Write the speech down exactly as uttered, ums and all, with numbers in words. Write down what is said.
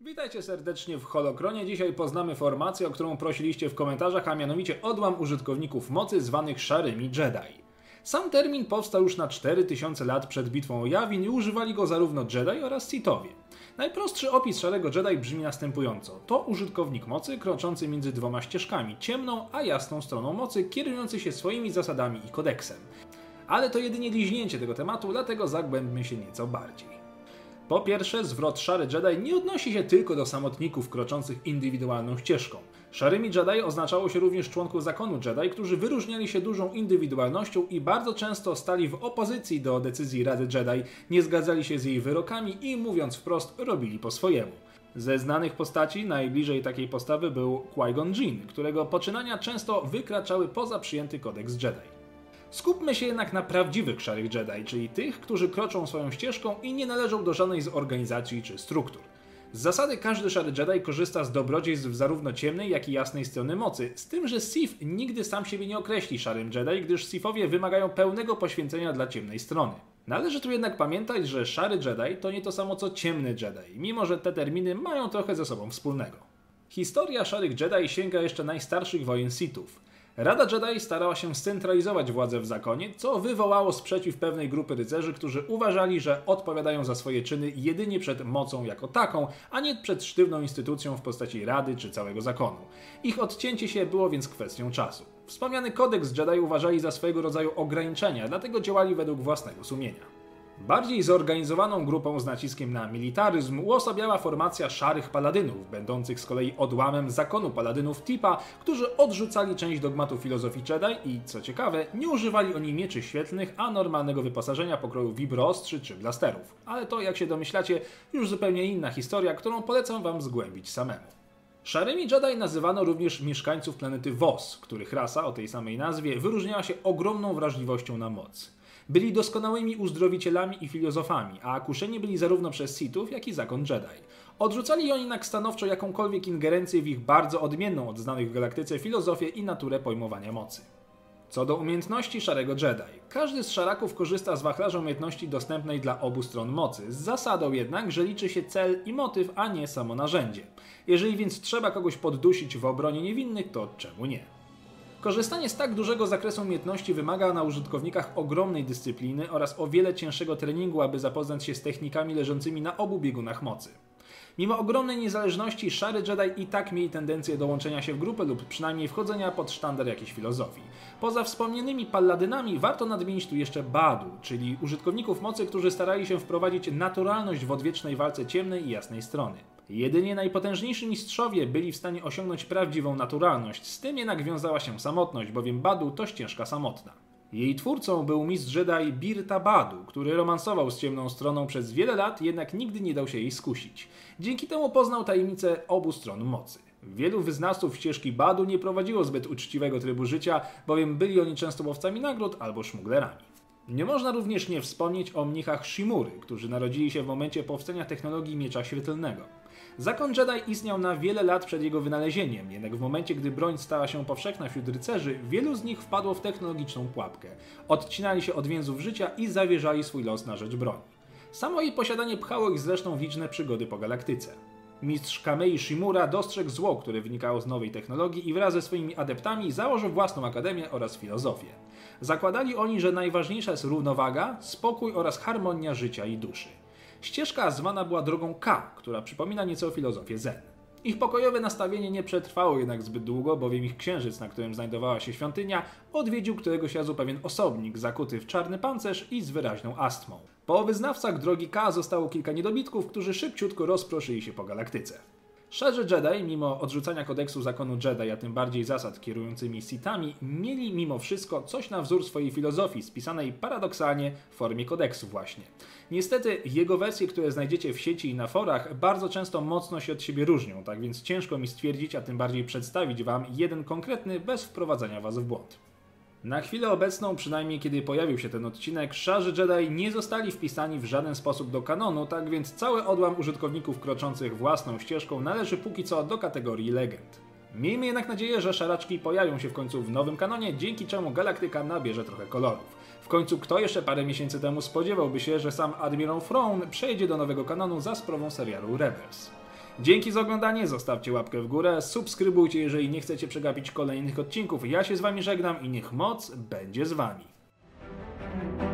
Witajcie serdecznie w Holokronie. Dzisiaj poznamy formację, o którą prosiliście w komentarzach, a mianowicie odłam użytkowników mocy zwanych szarymi Jedi. Sam termin powstał już na cztery tysiące lat przed bitwą o Yavin i używali go zarówno Jedi oraz Sithowie. Najprostszy opis szarego Jedi brzmi następująco. To użytkownik mocy kroczący między dwoma ścieżkami, ciemną a jasną stroną mocy, kierujący się swoimi zasadami i kodeksem. Ale to jedynie liźnięcie tego tematu, dlatego zagłębmy się nieco bardziej. Po pierwsze, zwrot szary Jedi nie odnosi się tylko do samotników kroczących indywidualną ścieżką. Szarymi Jedi oznaczało się również członków zakonu Jedi, którzy wyróżniali się dużą indywidualnością i bardzo często stali w opozycji do decyzji Rady Jedi, nie zgadzali się z jej wyrokami i, mówiąc wprost, robili po swojemu. Ze znanych postaci najbliżej takiej postawy był Qui-Gon Jinn, którego poczynania często wykraczały poza przyjęty kodeks Jedi. Skupmy się jednak na prawdziwych szarych Jedi, czyli tych, którzy kroczą swoją ścieżką i nie należą do żadnej z organizacji czy struktur. Z zasady każdy szary Jedi korzysta z dobrodziejstw zarówno ciemnej, jak i jasnej strony mocy, z tym, że Sith nigdy sam siebie nie określi szarym Jedi, gdyż Sithowie wymagają pełnego poświęcenia dla ciemnej strony. Należy tu jednak pamiętać, że szary Jedi to nie to samo co ciemny Jedi, mimo że te terminy mają trochę ze sobą wspólnego. Historia szarych Jedi sięga jeszcze najstarszych wojen Sithów. Rada Jedi starała się scentralizować władzę w zakonie, co wywołało sprzeciw pewnej grupy rycerzy, którzy uważali, że odpowiadają za swoje czyny jedynie przed mocą jako taką, a nie przed sztywną instytucją w postaci rady czy całego zakonu. Ich odcięcie się było więc kwestią czasu. Wspomniany kodeks Jedi uważali za swojego rodzaju ograniczenia, dlatego działali według własnego sumienia. Bardziej zorganizowaną grupą z naciskiem na militaryzm uosabiała formacja szarych paladynów, będących z kolei odłamem zakonu paladynów Tipa, którzy odrzucali część dogmatów filozofii Jedi i, co ciekawe, nie używali oni mieczy świetlnych, a normalnego wyposażenia pokroju vibroostrzy czy blasterów. Ale to, jak się domyślacie, już zupełnie inna historia, którą polecam wam zgłębić samemu. Szarymi Jedi nazywano również mieszkańców planety Vos, których rasa o tej samej nazwie wyróżniała się ogromną wrażliwością na moc. Byli doskonałymi uzdrowicielami i filozofami, a kuszeni byli zarówno przez Sithów, jak i zakon Jedi. Odrzucali oni jednak stanowczo jakąkolwiek ingerencję w ich bardzo odmienną od znanych w galaktyce filozofię i naturę pojmowania mocy. Co do umiejętności szarego Jedi. Każdy z szaraków korzysta z wachlarza umiejętności dostępnej dla obu stron mocy, z zasadą jednak, że liczy się cel i motyw, a nie samo narzędzie. Jeżeli więc trzeba kogoś poddusić w obronie niewinnych, to czemu nie? Korzystanie z tak dużego zakresu umiejętności wymaga na użytkownikach ogromnej dyscypliny oraz o wiele cięższego treningu, aby zapoznać się z technikami leżącymi na obu biegunach mocy. Mimo ogromnej niezależności, szary Jedi i tak mieli tendencję do łączenia się w grupę lub przynajmniej wchodzenia pod sztandar jakiejś filozofii. Poza wspomnianymi paladynami warto nadmienić tu jeszcze Badu, czyli użytkowników mocy, którzy starali się wprowadzić naturalność w odwiecznej walce ciemnej i jasnej strony. Jedynie najpotężniejsi mistrzowie byli w stanie osiągnąć prawdziwą naturalność, z tym jednak wiązała się samotność, bowiem Badu to ścieżka samotna. Jej twórcą był mistrz Jedi Birta Badu, który romansował z ciemną stroną przez wiele lat, jednak nigdy nie dał się jej skusić. Dzięki temu poznał tajemnicę obu stron mocy. Wielu wyznawców ścieżki Badu nie prowadziło zbyt uczciwego trybu życia, bowiem byli oni często łowcami nagród albo szmuglerami. Nie można również nie wspomnieć o mnichach Shimury, którzy narodzili się w momencie powstania technologii miecza świetlnego. Zakon Jedi istniał na wiele lat przed jego wynalezieniem, jednak w momencie, gdy broń stała się powszechna wśród rycerzy, wielu z nich wpadło w technologiczną pułapkę. Odcinali się od więzów życia i zawierzali swój los na rzecz broni. Samo jej posiadanie pchało ich zresztą w liczne przygody po galaktyce. Mistrz Kamei Shimura dostrzegł zło, które wynikało z nowej technologii i wraz ze swoimi adeptami założył własną akademię oraz filozofię. Zakładali oni, że najważniejsza jest równowaga, spokój oraz harmonia życia i duszy. Ścieżka zwana była drogą K, która przypomina nieco filozofię Zen. Ich pokojowe nastawienie nie przetrwało jednak zbyt długo, bowiem ich księżyc, na którym znajdowała się świątynia, odwiedził któregoś razu pewien osobnik zakuty w czarny pancerz i z wyraźną astmą. Po wyznawcach drogi K zostało kilka niedobitków, którzy szybciutko rozproszyli się po galaktyce. Szarzy Jedi, mimo odrzucania kodeksu zakonu Jedi, a tym bardziej zasad kierującymi Sithami, mieli mimo wszystko coś na wzór swojej filozofii, spisanej paradoksalnie w formie kodeksu właśnie. Niestety jego wersje, które znajdziecie w sieci i na forach, bardzo często mocno się od siebie różnią, tak więc ciężko mi stwierdzić, a tym bardziej przedstawić wam jeden konkretny bez wprowadzania was w błąd. Na chwilę obecną, przynajmniej kiedy pojawił się ten odcinek, szarzy Jedi nie zostali wpisani w żaden sposób do kanonu, tak więc cały odłam użytkowników kroczących własną ścieżką należy póki co do kategorii legend. Miejmy jednak nadzieję, że szaraczki pojawią się w końcu w nowym kanonie, dzięki czemu galaktyka nabierze trochę kolorów. W końcu kto jeszcze parę miesięcy temu spodziewałby się, że sam Admiral Thrawn przejdzie do nowego kanonu za sprawą serialu Rebels. Dzięki za oglądanie, zostawcie łapkę w górę, subskrybujcie, jeżeli nie chcecie przegapić kolejnych odcinków. Ja się z wami żegnam i niech moc będzie z wami.